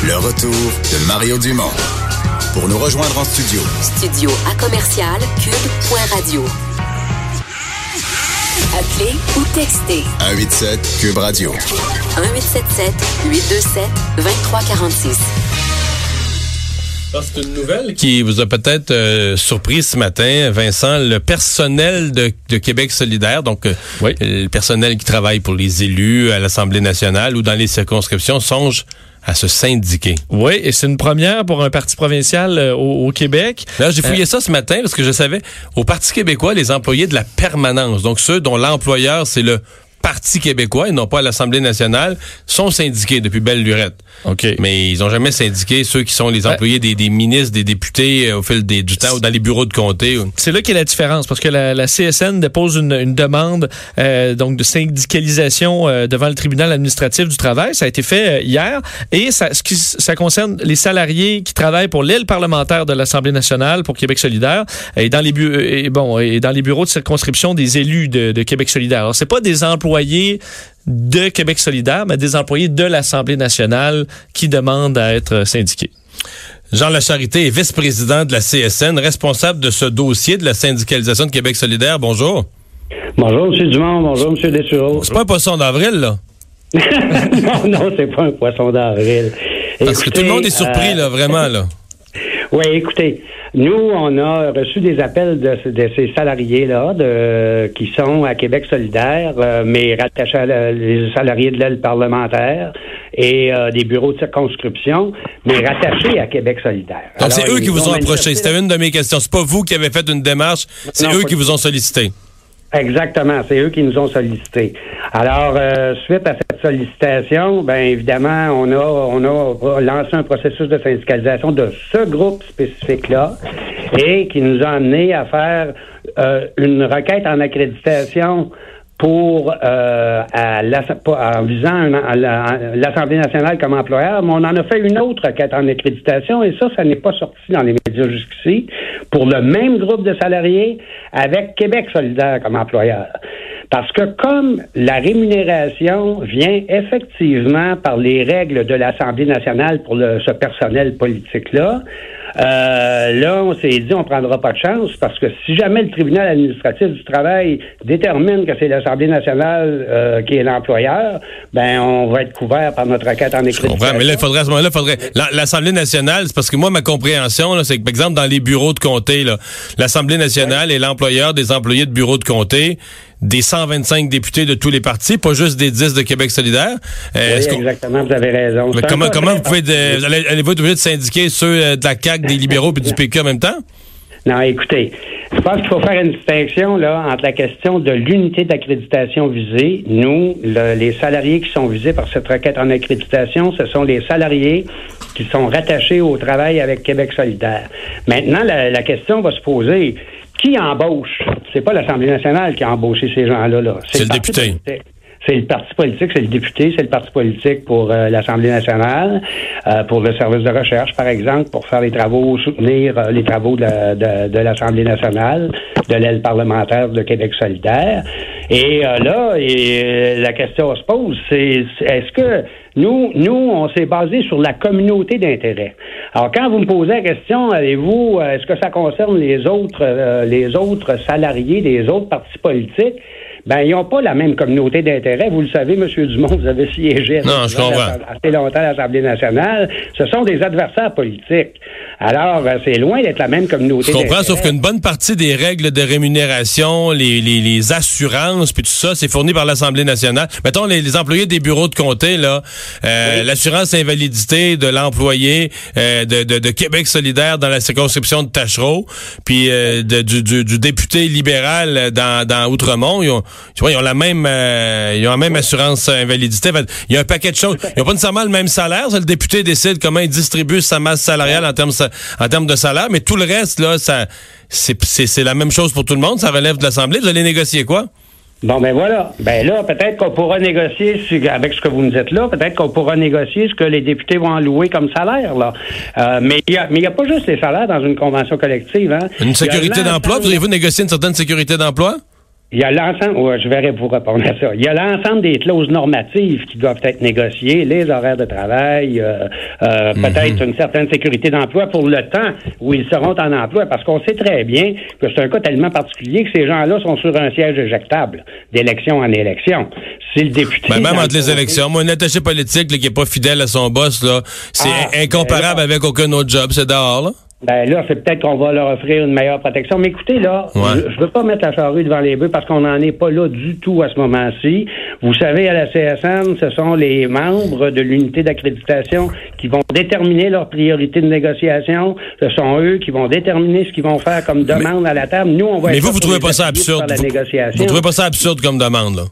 Le retour de Mario Dumont. Pour nous rejoindre en studio. Studio à commercial cube.radio. Appelez ou textez. 187 Cube Radio. 1877-827-2346. C'est une nouvelle qui vous a peut-être surpris ce matin, Vincent. Le personnel de Québec solidaire, donc le personnel qui travaille pour les élus à l'Assemblée nationale ou dans les circonscriptions, songe à se syndiquer. Oui, et c'est une première pour un parti provincial au Québec. Là, j'ai fouillé ça ce matin parce que je savais, au Parti québécois, les employés de la permanence, donc ceux dont l'employeur, c'est le Parti québécois et non pas à l'Assemblée nationale, sont syndiqués depuis belle lurette. OK. Mais ils ont jamais syndiqué ceux qui sont les employés des ministres, des députés au fil du temps ou dans les bureaux de comté. C'est là qu'est la différence, parce que la CSN dépose une demande donc de syndicalisation devant le tribunal administratif du travail. Ça a été fait hier, et ça concerne les salariés qui travaillent pour l'aile parlementaire de l'Assemblée nationale pour Québec solidaire et dans les dans les bureaux de circonscription des élus de Québec solidaire. Alors, c'est pas des employés de Québec solidaire, mais des employés de l'Assemblée nationale qui demandent à être syndiqués. Jean Lacharité est vice-président de la CSN, responsable de ce dossier de la syndicalisation de Québec solidaire. Bonjour. Bonjour, M. Dumont. Bonjour, M. Dessureau. C'est pas un poisson d'avril, là? non, c'est pas un poisson d'avril. Parce que tout le monde est surpris, là, vraiment, là. Oui, écoutez, nous, on a reçu des appels de ces salariés-là qui sont à Québec solidaire, mais rattachés à les salariés de l'aile parlementaire et des bureaux de circonscription, mais rattachés à Québec solidaire. Donc, c'est eux qui vous ont approché. C'était une de mes questions. C'est pas vous qui avez fait une démarche, c'est eux qui vous ont sollicité. Exactement, c'est eux qui nous ont sollicité. Alors, suite à cette sollicitation, bien évidemment, on a lancé un processus de syndicalisation de ce groupe spécifique-là et qui nous a amené à faire une requête en accréditation en visant l'Assemblée nationale comme employeur, mais on en a fait une autre requête en accréditation et ça n'est pas sorti dans les médias jusqu'ici, pour le même groupe de salariés avec Québec solidaire comme employeur. Parce que comme la rémunération vient effectivement par les règles de l'Assemblée nationale pour ce personnel politique-là, là, on s'est dit, on prendra pas de chance parce que si jamais le tribunal administratif du travail détermine que c'est l'Assemblée nationale qui est l'employeur, ben on va être couvert par notre requête en accréditation. Je comprends, mais là, à ce moment-là, l'Assemblée nationale, c'est parce que moi, ma compréhension, là, c'est que, par exemple, dans les bureaux de comté, là, l'Assemblée nationale est l'employeur des employés de bureaux de comté, des 125 députés de tous les partis, pas juste des 10 de Québec solidaire. Oui, exactement, vous avez raison. Comment vous pouvez... Allez-vous être obligé de syndiquer ceux de la CAQ, des libéraux et du PQ en même temps? Non, écoutez, je pense qu'il faut faire une distinction là entre la question de l'unité d'accréditation visée. Nous, les salariés qui sont visés par cette requête en accréditation, ce sont les salariés qui sont rattachés au travail avec Québec solidaire. Maintenant, la question va se poser... Qui embauche? C'est pas l'Assemblée nationale qui a embauché ces gens-là. Là. C'est le député. C'est le parti politique, c'est le député, c'est le parti politique pour l'Assemblée nationale, pour le service de recherche, par exemple, pour faire les travaux, soutenir les travaux de l'Assemblée nationale, de l'aile parlementaire de Québec solidaire. Et la question se pose, c'est est-ce que nous, on s'est basé sur la communauté d'intérêt. Alors, quand vous me posez la question, est-ce que ça concerne les autres salariés des autres partis politiques? Ben, ils n'ont pas la même communauté d'intérêt. Vous le savez, M. Dumont, vous avez siégé assez longtemps à l'Assemblée nationale. Ce sont des adversaires politiques. Alors, c'est loin d'être la même communauté d'intérêt. Je comprends, sauf qu'une bonne partie des règles de rémunération, les assurances, puis tout ça, c'est fourni par l'Assemblée nationale. Mettons, les employés des bureaux de comté, là, l'assurance invalidité de l'employé de Québec solidaire dans la circonscription de Tachereau, puis du député libéral dans Outremont, ils ont la même assurance invalidité. En fait, il y a un paquet de choses. Ils n'ont pas nécessairement le même salaire. Le député décide comment il distribue sa masse salariale en termes de salaire, mais tout le reste, là, c'est la même chose pour tout le monde. Ça relève de l'Assemblée. Vous allez négocier quoi? Bon, ben voilà. Ben là, peut-être qu'on pourra négocier, avec ce que vous me dites là, peut-être qu'on pourra négocier ce que les députés vont allouer comme salaire, là. Mais il y a pas juste les salaires dans une convention collective, hein. Une sécurité d'emploi? Voudriez-vous négocier une certaine sécurité d'emploi? Il y a l'ensemble, je verrai vous répondre à ça. Il y a l'ensemble des clauses normatives qui doivent être négociées, les horaires de travail, peut-être une certaine sécurité d'emploi pour le temps où ils seront en emploi, parce qu'on sait très bien que c'est un cas tellement particulier que ces gens-là sont sur un siège éjectable d'élection en élection. Si le député... même entre les élections, moi, un attaché politique là, qui est pas fidèle à son boss, là, c'est incomparable avec aucun autre job, c'est dehors, là. Ben là, c'est peut-être qu'on va leur offrir une meilleure protection. Mais écoutez, là, je veux pas mettre la charrue devant les bœufs parce qu'on n'en est pas là du tout à ce moment-ci. Vous savez, à la CSN, ce sont les membres de l'unité d'accréditation qui vont déterminer leurs priorités de négociation. Ce sont eux qui vont déterminer ce qu'ils vont faire comme demande à la table. Nous, on va... Mais vous trouvez pas ça absurde? Vous trouvez pas ça absurde comme demande, là?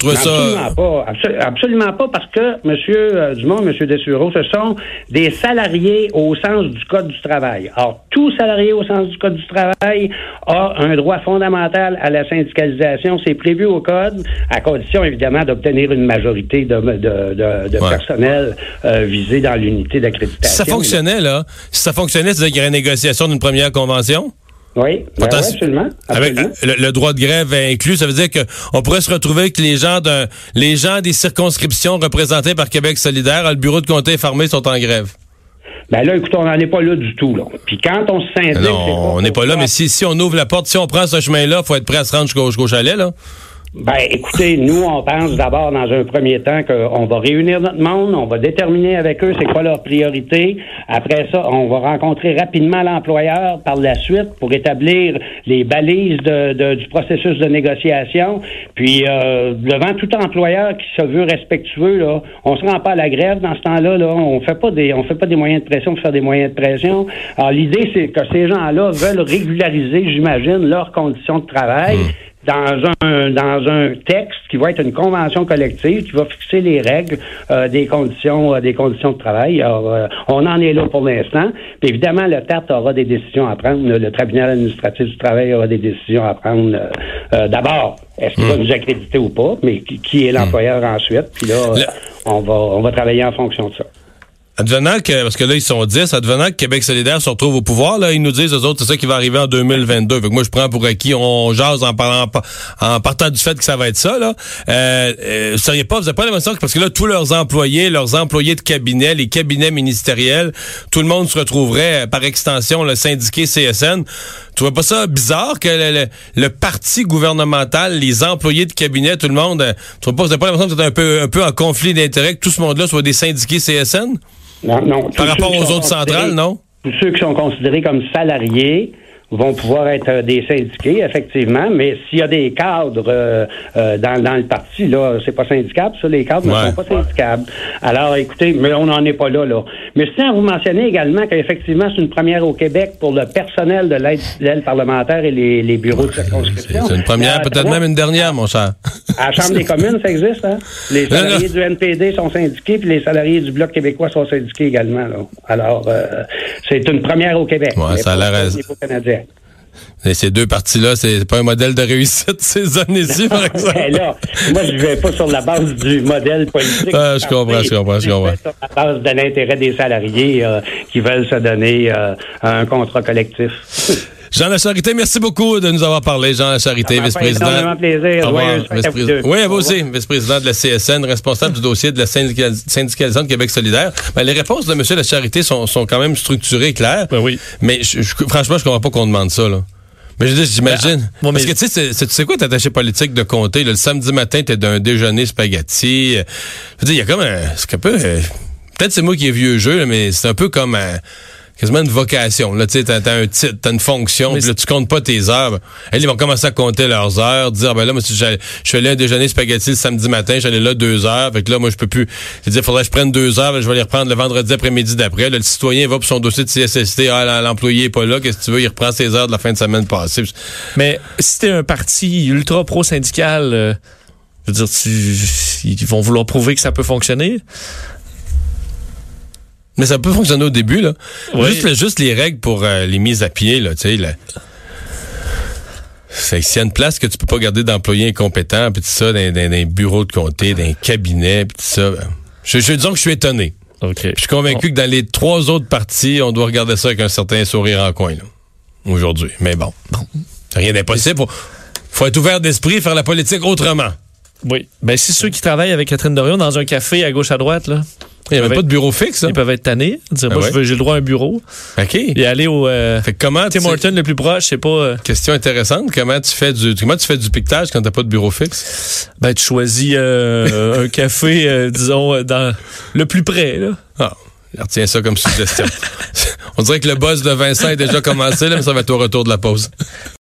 Absolument pas, parce que, M. Dumont, M. Dessureau, ce sont des salariés au sens du Code du travail. Or, tout salarié au sens du Code du travail a un droit fondamental à la syndicalisation. C'est prévu au Code, à condition, évidemment, d'obtenir une majorité de personnel visé dans l'unité d'accréditation. Si ça fonctionnait, c'est-à-dire qu'il y aurait une négociation d'une première convention? Oui, absolument. Avec le droit de grève inclus, ça veut dire qu'on pourrait se retrouver avec les gens des circonscriptions représentées par Québec solidaire, le bureau de comté et Farmé sont en grève. Ben là, écoute, on n'en est pas là du tout, là. Puis quand on se syndique... Non, on n'est pas là, mais si on ouvre la porte, si on prend ce chemin-là, il faut être prêt à se rendre jusqu'au chalet, là. Ben, écoutez, nous, on pense d'abord, dans un premier temps, qu'on va réunir notre monde, on va déterminer avec eux c'est quoi leur priorité. Après ça, on va rencontrer rapidement l'employeur par la suite pour établir les balises du processus de négociation. Puis, devant tout employeur qui se veut respectueux, là, on se rend pas à la grève dans ce temps-là, là. On fait pas des moyens de pression pour faire des moyens de pression. Alors, l'idée, c'est que ces gens-là veulent régulariser, j'imagine, leurs conditions de travail. Dans un texte qui va être une convention collective qui va fixer les règles des conditions de travail. Alors, on en est là pour l'instant. Puis évidemment, le TART aura des décisions à prendre. Le tribunal administratif du travail aura des décisions à prendre. D'abord, est-ce qu'il va nous accréditer ou pas, mais qui est l'employeur ensuite. Puis là, on va travailler en fonction de ça. Advenant que, parce que là, ils sont 10, advenant que Québec solidaire se retrouve au pouvoir, là, ils nous disent, eux autres, c'est ça qui va arriver en 2022. Fait que moi, je prends pour acquis, on jase en partant du fait que ça va être ça, là. Vous n'avez pas l'impression que, parce que là, tous leurs employés de cabinet, les cabinets ministériels, tout le monde se retrouverait, par extension, le syndiqué CSN. Tu trouvez pas ça bizarre que le parti gouvernemental, les employés de cabinet, tout le monde, vous n'avez pas l'impression que c'est un peu en conflit d'intérêts, que tout ce monde-là soit des syndiqués CSN? Non. Par rapport aux autres centrales, non? Tous ceux qui sont considérés comme salariés vont pouvoir être des syndiqués, effectivement, mais s'il y a des cadres dans le parti, là, c'est pas syndicable, ça, les cadres ne sont pas syndicables. Alors, écoutez, mais on n'en est pas là. Mais je tiens à vous mentionner également qu'effectivement, c'est une première au Québec pour le personnel de l'aide parlementaire et les bureaux de circonscription. C'est une première, peut-être même une dernière, mon cher. À la Chambre des communes, ça existe, hein? Les salariés du NPD sont syndiqués, puis les salariés du Bloc québécois sont syndiqués également, là. Alors, c'est une première au Québec. Ouais, ça a l'air... au niveau canadien. Et ces deux partis-là, c'est pas un modèle de réussite ces années-ci, par exemple. Ben là, moi, je vais pas sur la base du modèle politique. Je comprends. Je vais sur la base de l'intérêt des salariés qui veulent se donner un contrat collectif. Jean Lecharité, merci beaucoup de nous avoir parlé. Jean Lecharité, vice-président. C'est un plaisir. Oui, à vous aussi, vice-président de la CSN, responsable du dossier de la syndicalisation de Québec solidaire. Ben, les réponses de M. Lecharité sont quand même structurées et claires. Ben oui. Mais franchement, je comprends pas qu'on demande ça, là. Mais j'imagine. Parce que tu sais quoi, t'es attaché politique de comté, là, le samedi matin, t'es d'un déjeuner spaghetti. Je veux dire, il y a comme c'est un peu, peut-être c'est moi qui ai vieux jeu, là, mais c'est un peu comme quasiment une vocation. Là, tu sais, t'as un titre, t'as une fonction, puis là, tu comptes pas tes heures. Ils vont commencer à compter leurs heures, dire, ben là, moi, si je suis allé à un déjeuner spaghetti le samedi matin, j'allais là 2 heures, fait que là, moi, je peux plus. Je dis, faudrait que je prenne 2 heures, je vais les reprendre le vendredi après-midi d'après. Là, le citoyen va pour son dossier de CSST, l'employé est pas là, qu'est-ce que tu veux, il reprend ses heures de la fin de semaine passée. Mais si t'es un parti ultra pro-syndical, je veux dire, ils vont vouloir prouver que ça peut fonctionner. Mais ça peut fonctionner au début, là. Oui. Juste les règles pour les mises à pied, là, tu sais, fait que s'il y a une place que tu peux pas garder d'employés incompétents, pis tout ça, dans des bureaux de comté, dans des cabinets, pis tout ça, disons que je suis étonné. Okay. Je suis convaincu que dans les 3 autres parties, on doit regarder ça avec un certain sourire en coin, là, aujourd'hui. Mais bon. Rien d'impossible. Faut être ouvert d'esprit, faire la politique autrement. Oui. Ben, si ceux qui travaillent avec Catherine Dorion dans un café à gauche à droite, là. Il n'y avait pas de bureau fixe, là. Ils peuvent être tannés. Dire, moi, j'ai le droit à un bureau. OK. Et aller au Tim Hortons le plus proche, c'est pas... Question intéressante. Comment tu fais du piquetage quand t'as pas de bureau fixe? Ben, tu choisis un café, disons, dans le plus près, là. Ah, retiens ça comme suggestion. On dirait que le buzz de Vincent est déjà commencé, là, mais ça va être au retour de la pause.